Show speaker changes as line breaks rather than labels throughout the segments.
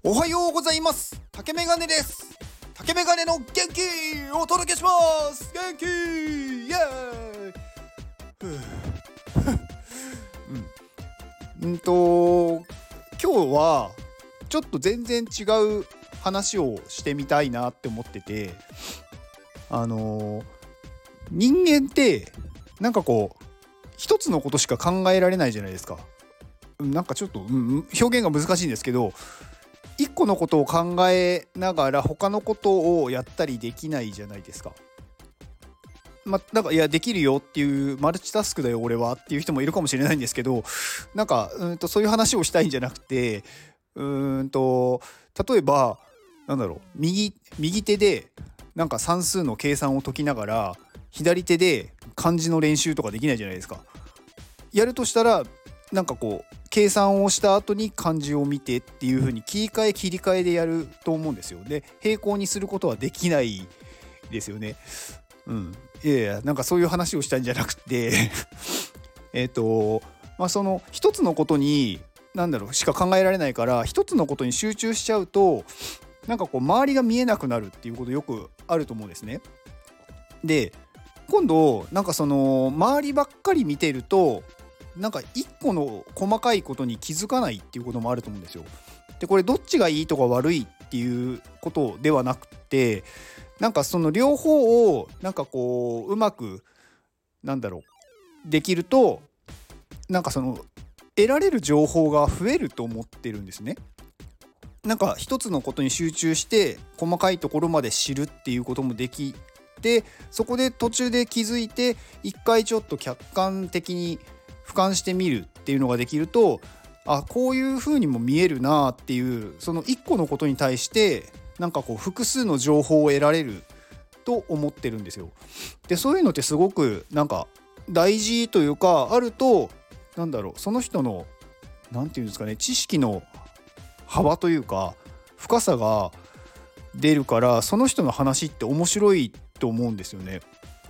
おはようございます。竹メガネです。竹メガネの元気をお届けします。元気イエーイ今日はちょっと全然違う話をしてみたいなって思ってて、人間ってなんかこう一つのことしか考えられないじゃないですか。なんかちょっと、表現が難しいんですけど、一個のことを考えながら他のことをやったりできないじゃないですか。なんかいやできるよっていうマルチタスクだよ俺はっていう人もいるかもしれないんですけど、なんかそういう話をしたいんじゃなくて、例えば右手でなんか算数の計算を解きながら左手で漢字の練習とかできないじゃないですか。やるとしたらなんかこう計算をした後に漢字を見てっていう風に切り替えでやると思うんですよ。で並行にすることはできないですよね。いやなんかそういう話をしたいんじゃなくてその一つのことにしか考えられないから一つのことに集中しちゃうとなんかこう周りが見えなくなるっていうことよくあると思うんですね。で今度なんかその周りばっかり見てるとなんか一個の細かいことに気づかないっていうこともあると思うんですよ。でこれどっちがいいとか悪いっていうことではなくて、なんかその両方をなんかこううまくできるとなんかその得られる情報が増えると思ってるんですね。なんか一つのことに集中して細かいところまで知るっていうこともできて、そこで途中で気づいて一回ちょっと客観的に俯瞰してみるっていうのができると、こういう風にも見えるなっていう、その一個のことに対してなんかこう複数の情報を得られると思ってるんですよ。でそういうのってすごくなんか大事というか、あるとその人の知識の幅というか深さが出るから、その人の話って面白いと思うんですよね。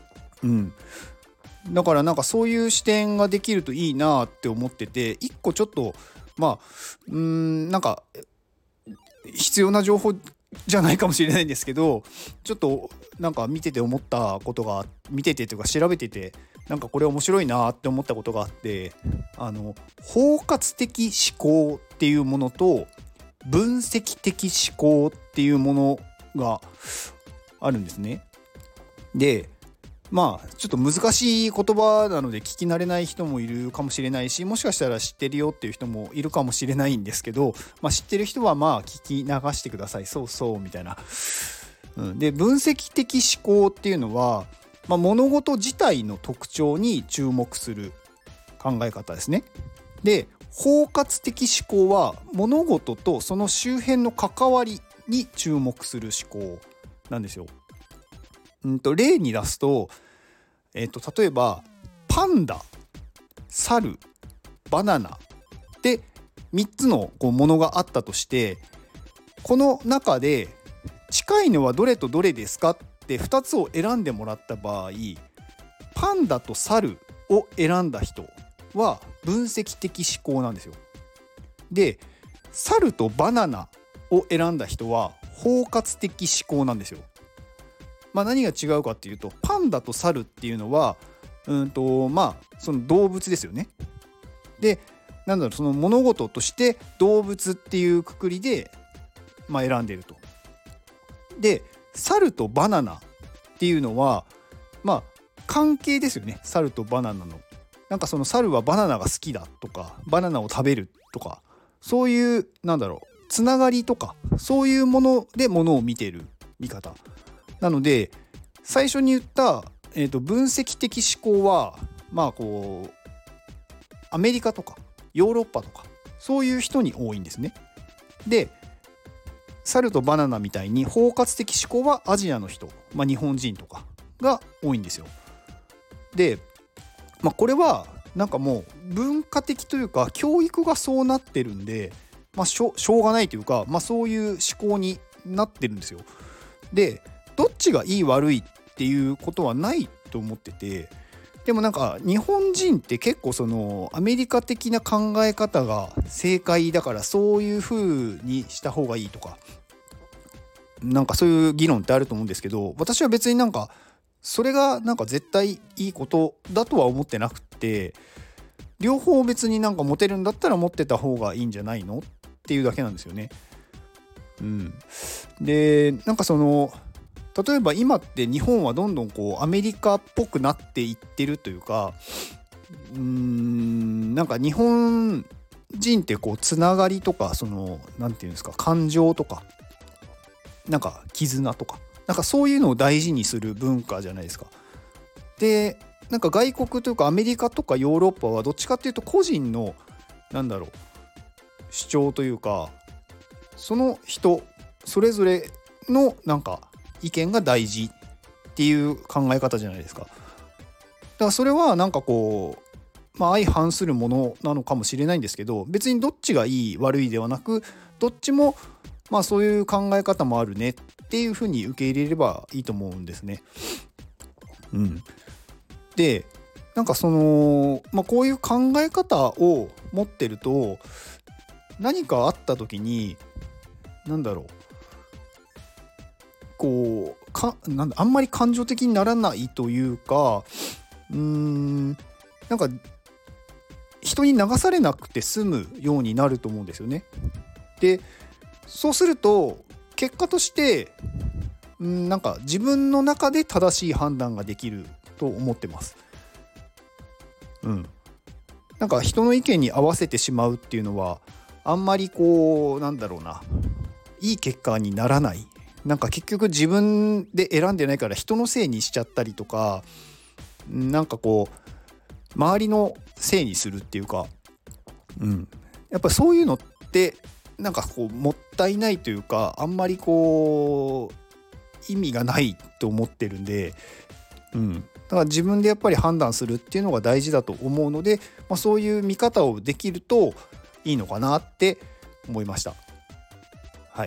だからなんかそういう視点ができるといいなって思ってて、一個ちょっとなんか必要な情報じゃないかもしれないんですけど、ちょっとなんか見てて思ったことが、見ててというか調べててなんかこれ面白いなって思ったことがあって、包括的思考っていうものと分析的思考っていうものがあるんですね。でちょっと難しい言葉なので聞き慣れない人もいるかもしれないし、もしかしたら知ってるよっていう人もいるかもしれないんですけど、知ってる人は聞き流してください。そうみたいな。で分析的思考っていうのは、物事自体の特徴に注目する考え方ですね。で包括的思考は物事とその周辺の関わりに注目する思考なんですよ。例に出すと、例えばパンダ、猿、バナナで3つのものがあったとして、この中で近いのはどれとどれですかって2つを選んでもらった場合、パンダと猿を選んだ人は分析的思考なんですよ。で猿とバナナを選んだ人は包括的思考なんですよ。何が違うかっていうと、パンダと猿っていうのはその動物ですよね。でその物事として動物っていうくくりで選んでいると。で猿とバナナっていうのは関係ですよね。猿とバナナのその猿はバナナが好きだとかバナナを食べるとか、そういうつながりとかそういうものでものを見ている見方なので、最初に言った、分析的思考はアメリカとかヨーロッパとかそういう人に多いんですね。で猿とバナナみたいに包括的思考はアジアの人、日本人とかが多いんですよ。で、これはもう文化的というか教育がそうなってるんで、しょうがないというか、そういう思考になってるんですよ。でどっちがいい悪いっていうことはないと思ってて、 でもなんか日本人って結構そのアメリカ的な考え方が正解だからそういう風にした方がいいとか、なんかそういう議論ってあると思うんですけど、私は別になんかそれがなんか絶対いいことだとは思ってなくて、両方別になんか持てるんだったら持ってた方がいいんじゃないのっていうだけなんですよね。でなんかその例えば今って日本はどんどんこうアメリカっぽくなっていってるというか、なんか日本人ってこうつながりとか、そのなんていうんですか、感情とかなんか絆とかなんかそういうのを大事にする文化じゃないですか。でなんか外国というかアメリカとかヨーロッパはどっちかっていうと個人の主張というか、その人それぞれのなんか意見が大事っていう考え方じゃないですか。だからそれはなんかこう相反するものなのかもしれないんですけど、別にどっちがいい悪いではなく、どっちもそういう考え方もあるねっていうふうに受け入れればいいと思うんですね。でなんかその、こういう考え方を持ってると何かあった時にこうあんまり感情的にならないというか、なんか人に流されなくて済むようになると思うんですよね。でそうすると結果としてなんか自分の中で正しい判断ができると思ってます。なんか人の意見に合わせてしまうっていうのはあんまりこういい結果にならない。なんか結局自分で選んでないから人のせいにしちゃったりとか、なんかこう周りのせいにするっていうか、やっぱそういうのってなんかこうもったいないというか、あんまりこう意味がないと思ってるんで、だから自分でやっぱり判断するっていうのが大事だと思うので、そういう見方をできるといいのかなって思いました。はい。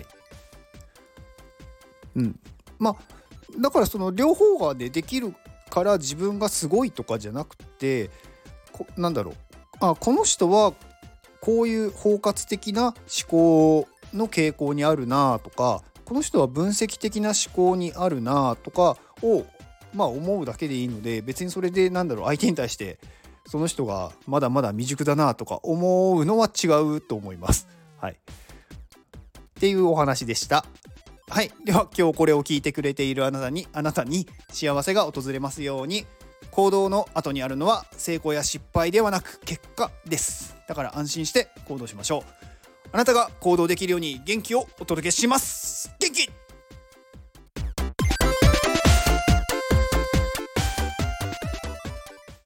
だからその両方ができるから自分がすごいとかじゃなくて、この人はこういう包括的な思考の傾向にあるなとか、この人は分析的な思考にあるなとかを思うだけでいいので、別にそれで相手に対してその人がまだまだ未熟だなとか思うのは違うと思います。はい。っていうお話でした。はい。では今日これを聞いてくれているあなたに幸せが訪れますように。行動の後にあるのは成功や失敗ではなく結果です。だから安心して行動しましょう。あなたが行動できるように元気をお届けします。元気。